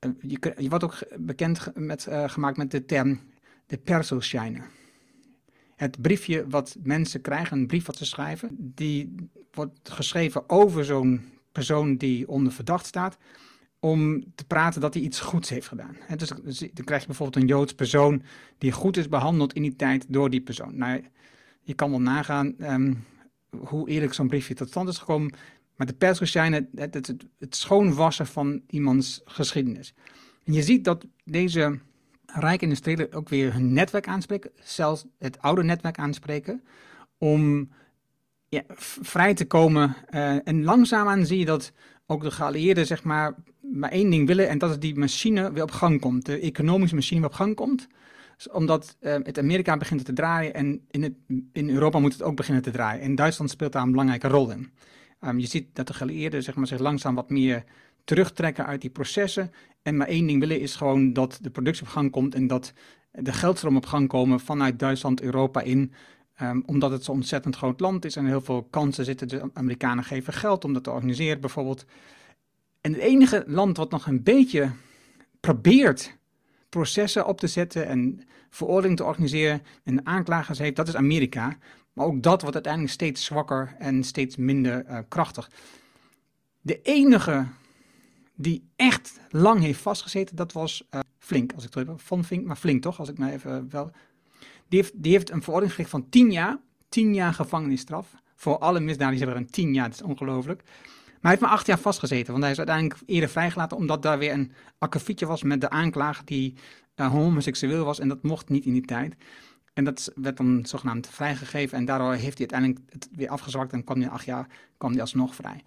Je wordt ook bekend gemaakt met de term de Perselscheine. het briefje wat mensen krijgen, een brief wat ze schrijven, die wordt geschreven over zo'n persoon die onder verdacht staat, om te praten dat hij iets goeds heeft gedaan. Dus dan krijg je bijvoorbeeld een Joods persoon die goed is behandeld in die tijd door die persoon. Nou, je kan wel nagaan hoe eerlijk zo'n briefje tot stand is gekomen, maar de pers zijn het schoonwassen van iemands geschiedenis. En je ziet dat deze rijke industriëlen ook weer hun netwerk aanspreken, zelfs het oude netwerk aanspreken, om vrij te komen. En langzaamaan zie je dat ook de geallieerden zeg maar één ding willen, en dat is die machine weer op gang komt. De economische machine weer op gang komt. Dus omdat het Amerika begint te draaien en in Europa moet het ook beginnen te draaien. En Duitsland speelt daar een belangrijke rol in. Je ziet dat de geallieerden zeg maar, zich langzaam wat meer terugtrekken uit die processen. En maar één ding willen is gewoon dat de productie op gang komt en dat de geldstromen op gang komen vanuit Duitsland, Europa in. Omdat het zo'n ontzettend groot land is en heel veel kansen zitten. De Amerikanen geven geld om dat te organiseren bijvoorbeeld. En het enige land wat nog een beetje probeert processen op te zetten en veroordeling te organiseren en aanklagers heeft, dat is Amerika. Maar ook dat wordt uiteindelijk steeds zwakker en steeds minder krachtig. De enige die echt lang heeft vastgezeten, dat was Flink, als ik het heb. Von Fink, maar Flink toch, als ik mij even wel. Die heeft een verordening gekregen van 10 jaar. 10 jaar gevangenisstraf. Voor alle misdaden die ze hebben 10 jaar, dat is ongelooflijk. Maar hij heeft maar 8 jaar vastgezeten, want hij is uiteindelijk eerder vrijgelaten, omdat daar weer een akkefietje was met de aanklager die homoseksueel was. En dat mocht niet in die tijd. En dat werd dan zogenaamd vrijgegeven. En daardoor heeft hij uiteindelijk het weer afgezwakt en kwam hij 8 jaar alsnog vrij.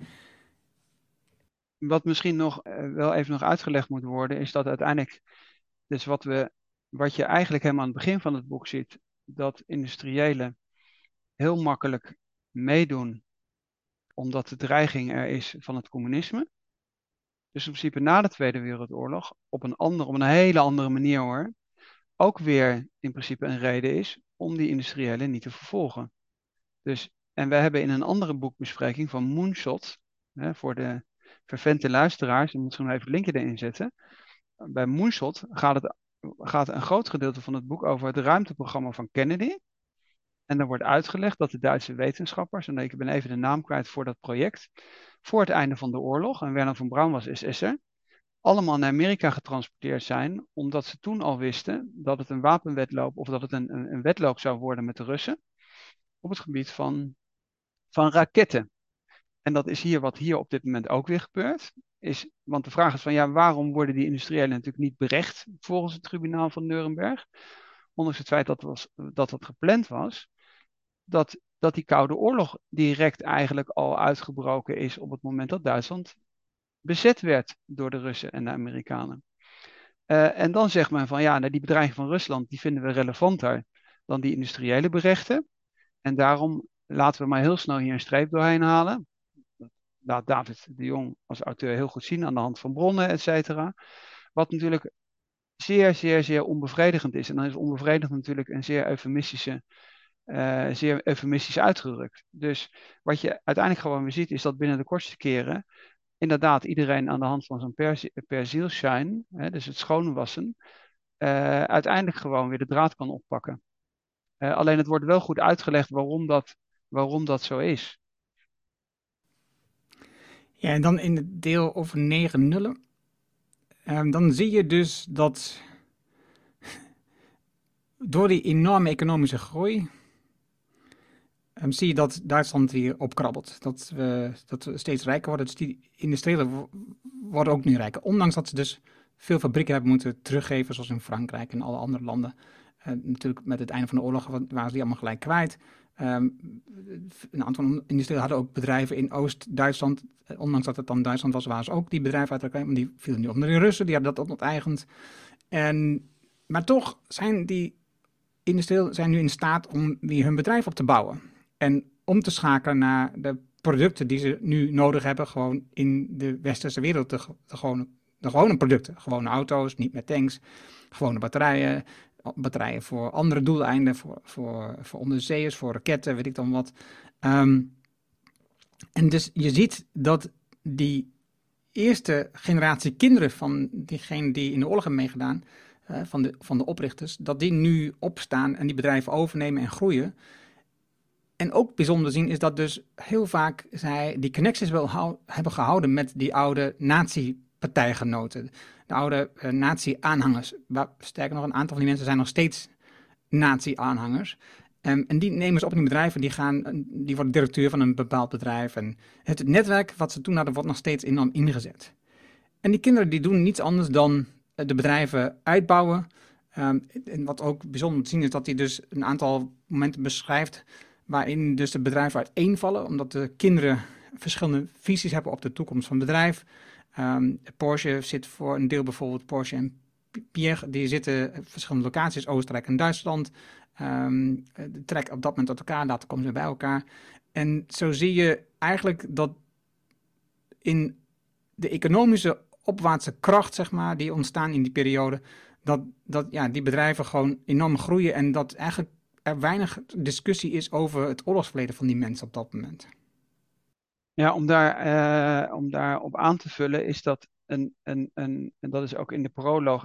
Wat misschien nog wel even nog uitgelegd moet worden, is dat uiteindelijk, dus wat je eigenlijk helemaal aan het begin van het boek ziet, dat industriëlen heel makkelijk meedoen, omdat de dreiging er is van het communisme. Dus in principe na de Tweede Wereldoorlog, op een hele andere manier hoor, ook weer in principe een reden is om die industriëlen niet te vervolgen. Dus, en we hebben in een andere boekbespreking van Moonshot, voor de vervente luisteraars, ik moet zo even het linkje erin zetten. Bij Moonshot gaat een groot gedeelte van het boek over het ruimteprogramma van Kennedy. En dan wordt uitgelegd dat de Duitse wetenschappers, en ik ben even de naam kwijt voor dat project, voor het einde van de oorlog, en Wernher von Braun was SS'er, allemaal naar Amerika getransporteerd zijn, omdat ze toen al wisten dat het een wapenwedloop, of dat het een wedloop zou worden met de Russen, op het gebied van raketten. En dat is wat hier op dit moment ook weer gebeurt. Want de vraag is van, ja, waarom worden die industriëlen natuurlijk niet berecht volgens het tribunaal van Nuremberg? Ondanks het feit dat gepland was, dat die Koude Oorlog direct eigenlijk al uitgebroken is op het moment dat Duitsland bezet werd door de Russen en de Amerikanen. En dan zegt men van, ja, die bedreiging van Rusland, die vinden we relevanter dan die industriële berechten. En daarom laten we maar heel snel hier een streep doorheen halen. Dat laat David de Jong als auteur heel goed zien aan de hand van bronnen, et cetera. Wat natuurlijk zeer, zeer, zeer onbevredigend is. En dan is onbevredigend natuurlijk een zeer eufemistisch uitgedrukt. Dus wat je uiteindelijk gewoon weer ziet, is dat binnen de kortste keren inderdaad iedereen aan de hand van zo'n perzielshine, dus het schoonwassen, uiteindelijk gewoon weer de draad kan oppakken. Alleen het wordt wel goed uitgelegd waarom dat zo is. Ja, en dan in het deel over 9 nullen. Dan zie je dus dat door die enorme economische groei zie je dat Duitsland weer opkrabbelt. Dat we steeds rijker worden. Dus die industriëlen worden ook nu rijker. Ondanks dat ze dus veel fabrieken hebben moeten teruggeven, zoals in Frankrijk en alle andere landen. Natuurlijk met het einde van de oorlog waren ze die allemaal gelijk kwijt. Een aantal industriëlen hadden ook bedrijven in Oost-Duitsland. Ondanks dat het dan Duitsland was, waren ze ook die bedrijven uit elkaar. Maar die vielen nu onder de Russen, die hadden dat ook onteigend. Maar toch zijn die industriëlen nu in staat om weer hun bedrijf op te bouwen. En om te schakelen naar de producten die ze nu nodig hebben, gewoon in de westerse wereld. De gewone producten. Gewone auto's, niet met tanks. Gewone batterijen voor andere doeleinden, voor onderzeeërs, voor raketten, weet ik dan wat. En dus je ziet dat die eerste generatie kinderen van diegenen die in de oorlog hebben meegedaan, van de oprichters, dat die nu opstaan en die bedrijven overnemen en groeien. En ook bijzonder te zien is dat dus heel vaak zij die connecties wel hebben gehouden met die oude nazi-partijgenoten. De oude nazi-aanhangers. Sterker nog, een aantal van die mensen zijn nog steeds nazi-aanhangers. En die nemen ze op in die bedrijven, die worden directeur van een bepaald bedrijf. En het netwerk wat ze toen hadden, wordt nog steeds enorm ingezet. En die kinderen die doen niets anders dan de bedrijven uitbouwen. En wat ook bijzonder te zien is dat hij dus een aantal momenten beschrijft waarin dus de bedrijven uiteenvallen, omdat de kinderen verschillende visies hebben op de toekomst van het bedrijf. Porsche zit voor een deel bijvoorbeeld, Porsche en Pierre, die zitten op verschillende locaties, Oostenrijk en Duitsland. Trekken op dat moment uit elkaar, later komen ze bij elkaar. En zo zie je eigenlijk dat in de economische opwaartse kracht, zeg maar, die ontstaan in die periode, dat die bedrijven gewoon enorm groeien en dat eigenlijk er weinig discussie is over het oorlogsverleden van die mensen op dat moment. Ja, om daar op aan te vullen is dat en dat is ook in de proloog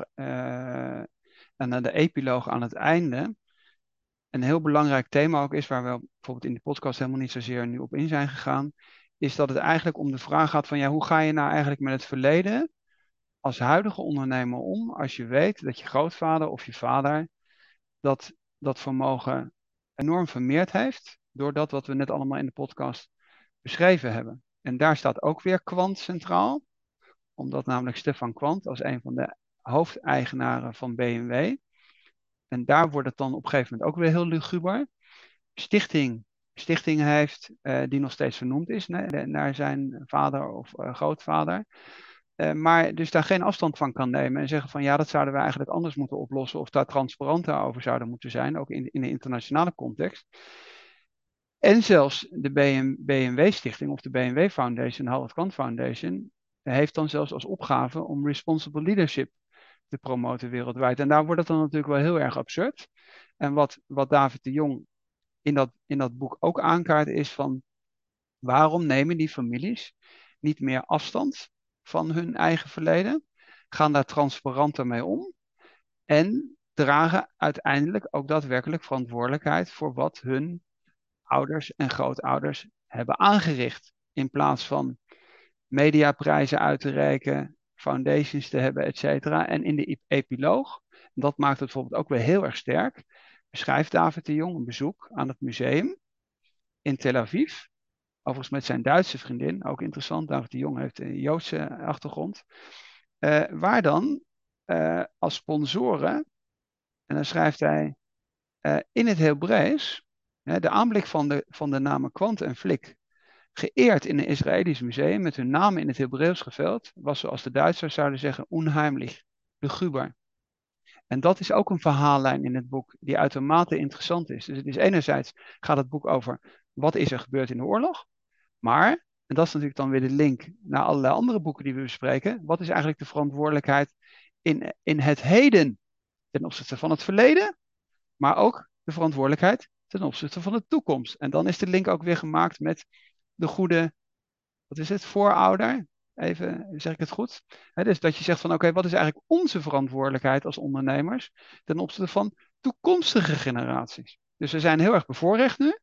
en de epiloog aan het einde, een heel belangrijk thema ook is, waar we bijvoorbeeld in de podcast helemaal niet zozeer nu op in zijn gegaan, is dat het eigenlijk om de vraag gaat van, ja, hoe ga je nou eigenlijk met het verleden als huidige ondernemer om, als je weet dat je grootvader of je vader dat vermogen enorm vermeerd heeft, door dat wat we net allemaal in de podcast beschreven hebben. En daar staat ook weer Quandt centraal, omdat namelijk Stefan Quandt als een van de hoofdeigenaren van BMW, en daar wordt het dan op een gegeven moment ook weer heel luguber, stichting heeft, die nog steeds vernoemd is naar zijn vader of grootvader. Maar dus daar geen afstand van kan nemen en zeggen van ja, dat zouden we eigenlijk anders moeten oplossen of daar transparanter over zouden moeten zijn, ook in de internationale context. En zelfs de BMW-stichting of de BMW Foundation, de Harold Quandt Foundation, heeft dan zelfs als opgave om responsible leadership te promoten wereldwijd. En daar wordt het dan natuurlijk wel heel erg absurd. En wat David de Jong in dat boek ook aankaart is van waarom nemen die families niet meer afstand van hun eigen verleden, gaan daar transparanter mee om en dragen uiteindelijk ook daadwerkelijk verantwoordelijkheid voor wat hun ouders en grootouders hebben aangericht. In plaats van mediaprijzen uit te reiken, foundations te hebben, et cetera. En in de epiloog, dat maakt het bijvoorbeeld ook weer heel erg sterk, beschrijft David de Jong een bezoek aan het museum in Tel Aviv. Overigens met zijn Duitse vriendin, ook interessant. David de Jong heeft een Joodse achtergrond. Waar dan als sponsoren, en dan schrijft hij in het Hebreeuws, de aanblik van de namen Quandt en Flick, geëerd in een Israëlisch museum met hun namen in het Hebreeuws geveld, was zoals de Duitsers zouden zeggen, unheimlich, luguber. En dat is ook een verhaallijn in het boek die uitermate interessant is. Dus het is enerzijds gaat het boek over wat is er gebeurd in de oorlog, maar, en dat is natuurlijk dan weer de link naar allerlei andere boeken die we bespreken, wat is eigenlijk de verantwoordelijkheid in het heden ten opzichte van het verleden, maar ook de verantwoordelijkheid ten opzichte van de toekomst. En dan is de link ook weer gemaakt met de goede, wat is het, voorouder? Even, zeg ik het goed? Dus dat je zegt van oké, wat is eigenlijk onze verantwoordelijkheid als ondernemers ten opzichte van toekomstige generaties? Dus we zijn heel erg bevoorrecht nu.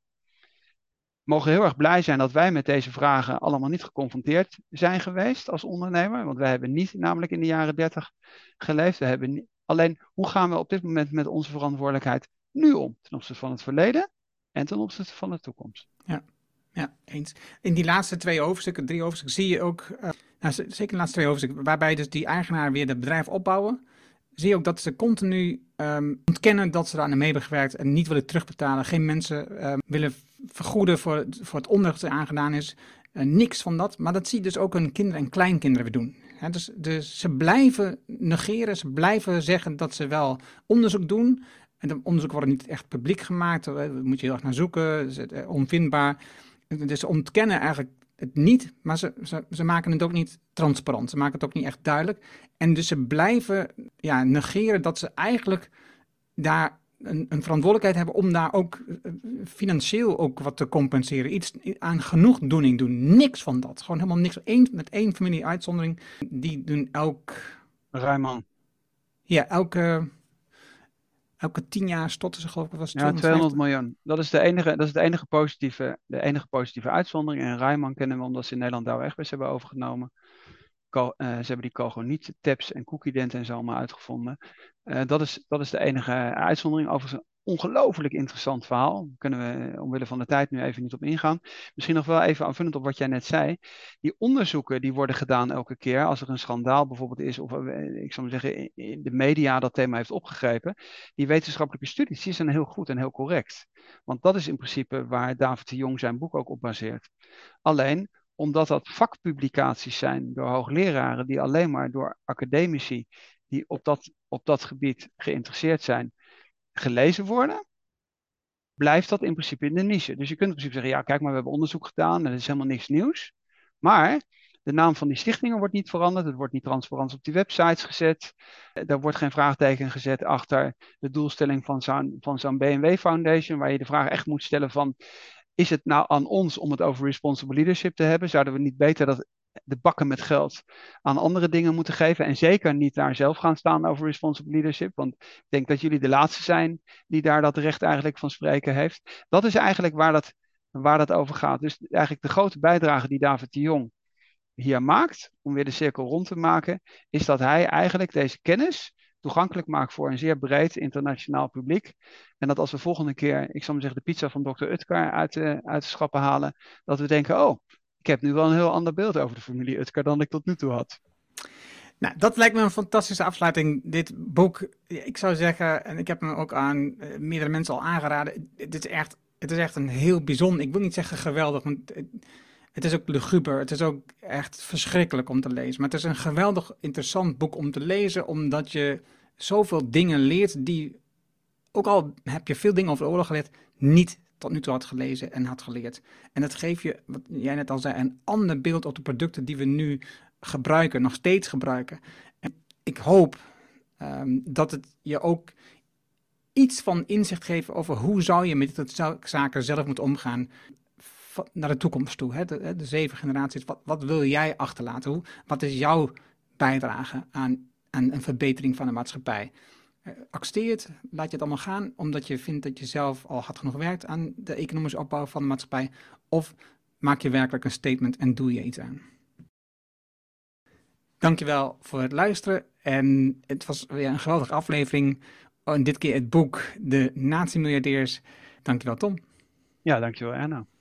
Mogen heel erg blij zijn dat wij met deze vragen allemaal niet geconfronteerd zijn geweest als ondernemer. Want wij hebben niet namelijk in de jaren 30 geleefd. We hebben alleen, hoe gaan we op dit moment met onze verantwoordelijkheid nu om? Ten opzichte van het verleden en ten opzichte van de toekomst. Ja, eens. In die laatste 3 hoofdstukken, zie je ook, zeker de laatste 2 hoofdstukken, waarbij dus die eigenaar weer het bedrijf opbouwen, zie je ook dat ze continu ontkennen dat ze daar aan mee hebben gewerkt en niet willen terugbetalen. Geen mensen willen vergoeden voor het onrecht dat ze aangedaan is. Niks van dat. Maar dat zie je dus ook hun kinderen en kleinkinderen weer doen. Dus ze blijven negeren, ze blijven zeggen dat ze wel onderzoek doen. En dat onderzoek wordt niet echt publiek gemaakt. Daar moet je heel erg naar zoeken. Is het onvindbaar. Dus ze ontkennen eigenlijk het niet, maar ze maken het ook niet transparant. Ze maken het ook niet echt duidelijk. En dus ze blijven negeren dat ze eigenlijk daar een verantwoordelijkheid hebben om daar ook financieel ook wat te compenseren. Iets aan genoegdoening doen. Niks van dat. Gewoon helemaal niks. Met één familie uitzondering. Die doen elk... Rijman. Ja, elke 10 jaar storten ze, geloof ik, was het Ja, 200 250. miljoen. Dat is de enige positieve uitzondering. En Rijnman kennen we omdat ze in Nederland Douwe Egberts hebben overgenomen. Ze hebben die Cogoniet-tabs en cookie-dent en zo allemaal uitgevonden. Dat is de enige uitzondering. Overigens een ongelooflijk interessant verhaal. Daar kunnen we omwille van de tijd nu even niet op ingaan. Misschien nog wel even aanvullend op wat jij net zei. Die onderzoeken die worden gedaan elke keer als er een schandaal bijvoorbeeld is, of ik zou maar zeggen in de media dat thema heeft opgegrepen. Die wetenschappelijke studies die zijn heel goed en heel correct. Want dat is in principe waar David de Jong zijn boek ook op baseert. Alleen omdat dat vakpublicaties zijn door hoogleraren die alleen maar door academici die op dat gebied geïnteresseerd zijn, gelezen worden, blijft dat in principe in de niche. Dus je kunt in principe zeggen, ja kijk maar, we hebben onderzoek gedaan en het is helemaal niks nieuws. Maar de naam van die stichtingen wordt niet veranderd, het wordt niet transparant op die websites gezet, er wordt geen vraagteken gezet achter de doelstelling van zo'n BMW Foundation, waar je de vraag echt moet stellen van, is het nou aan ons om het over responsible leadership te hebben? Zouden we niet beter de bakken met geld aan andere dingen moeten geven? En zeker niet daar zelf gaan staan over responsible leadership. Want ik denk dat jullie de laatste zijn die daar dat recht eigenlijk van spreken heeft. Dat is eigenlijk waar dat over gaat. Dus eigenlijk de grote bijdrage die David de Jong hier maakt, om weer de cirkel rond te maken, is dat hij eigenlijk deze kennis toegankelijk maakt voor een zeer breed internationaal publiek. En dat als we volgende keer, ik zal maar zeggen, de pizza van Dr. Utker uit de schappen halen, dat we denken, oh, ik heb nu wel een heel ander beeld over de familie Utker dan ik tot nu toe had. Nou, dat lijkt me een fantastische afsluiting. Dit boek, ik zou zeggen, en ik heb hem ook aan meerdere mensen al aangeraden. Het is echt een heel bijzonder, ik wil niet zeggen geweldig, want het is ook luguber. Het is ook echt verschrikkelijk om te lezen. Maar het is een geweldig interessant boek om te lezen, omdat je zoveel dingen leert die, ook al heb je veel dingen over de oorlog geleerd, niet tot nu toe had gelezen en had geleerd. En dat geeft je, wat jij net al zei, een ander beeld op de producten die we nu gebruiken, nog steeds gebruiken. En ik hoop dat het je ook iets van inzicht geeft over hoe zou je met dit soort zaken zelf moeten omgaan naar de toekomst toe. Hè? De 7 generaties, wat wil jij achterlaten? Wat is jouw bijdrage aan een verbetering van de maatschappij? Accepteer het, laat je het allemaal gaan, omdat je vindt dat je zelf al hard genoeg werkt aan de economische opbouw van de maatschappij, of maak je werkelijk een statement en doe je iets aan. Dankjewel voor het luisteren en het was weer een geweldige aflevering. En dit keer het boek De Nazi-miljardairs. Dankjewel Tom. Ja, dankjewel Erno.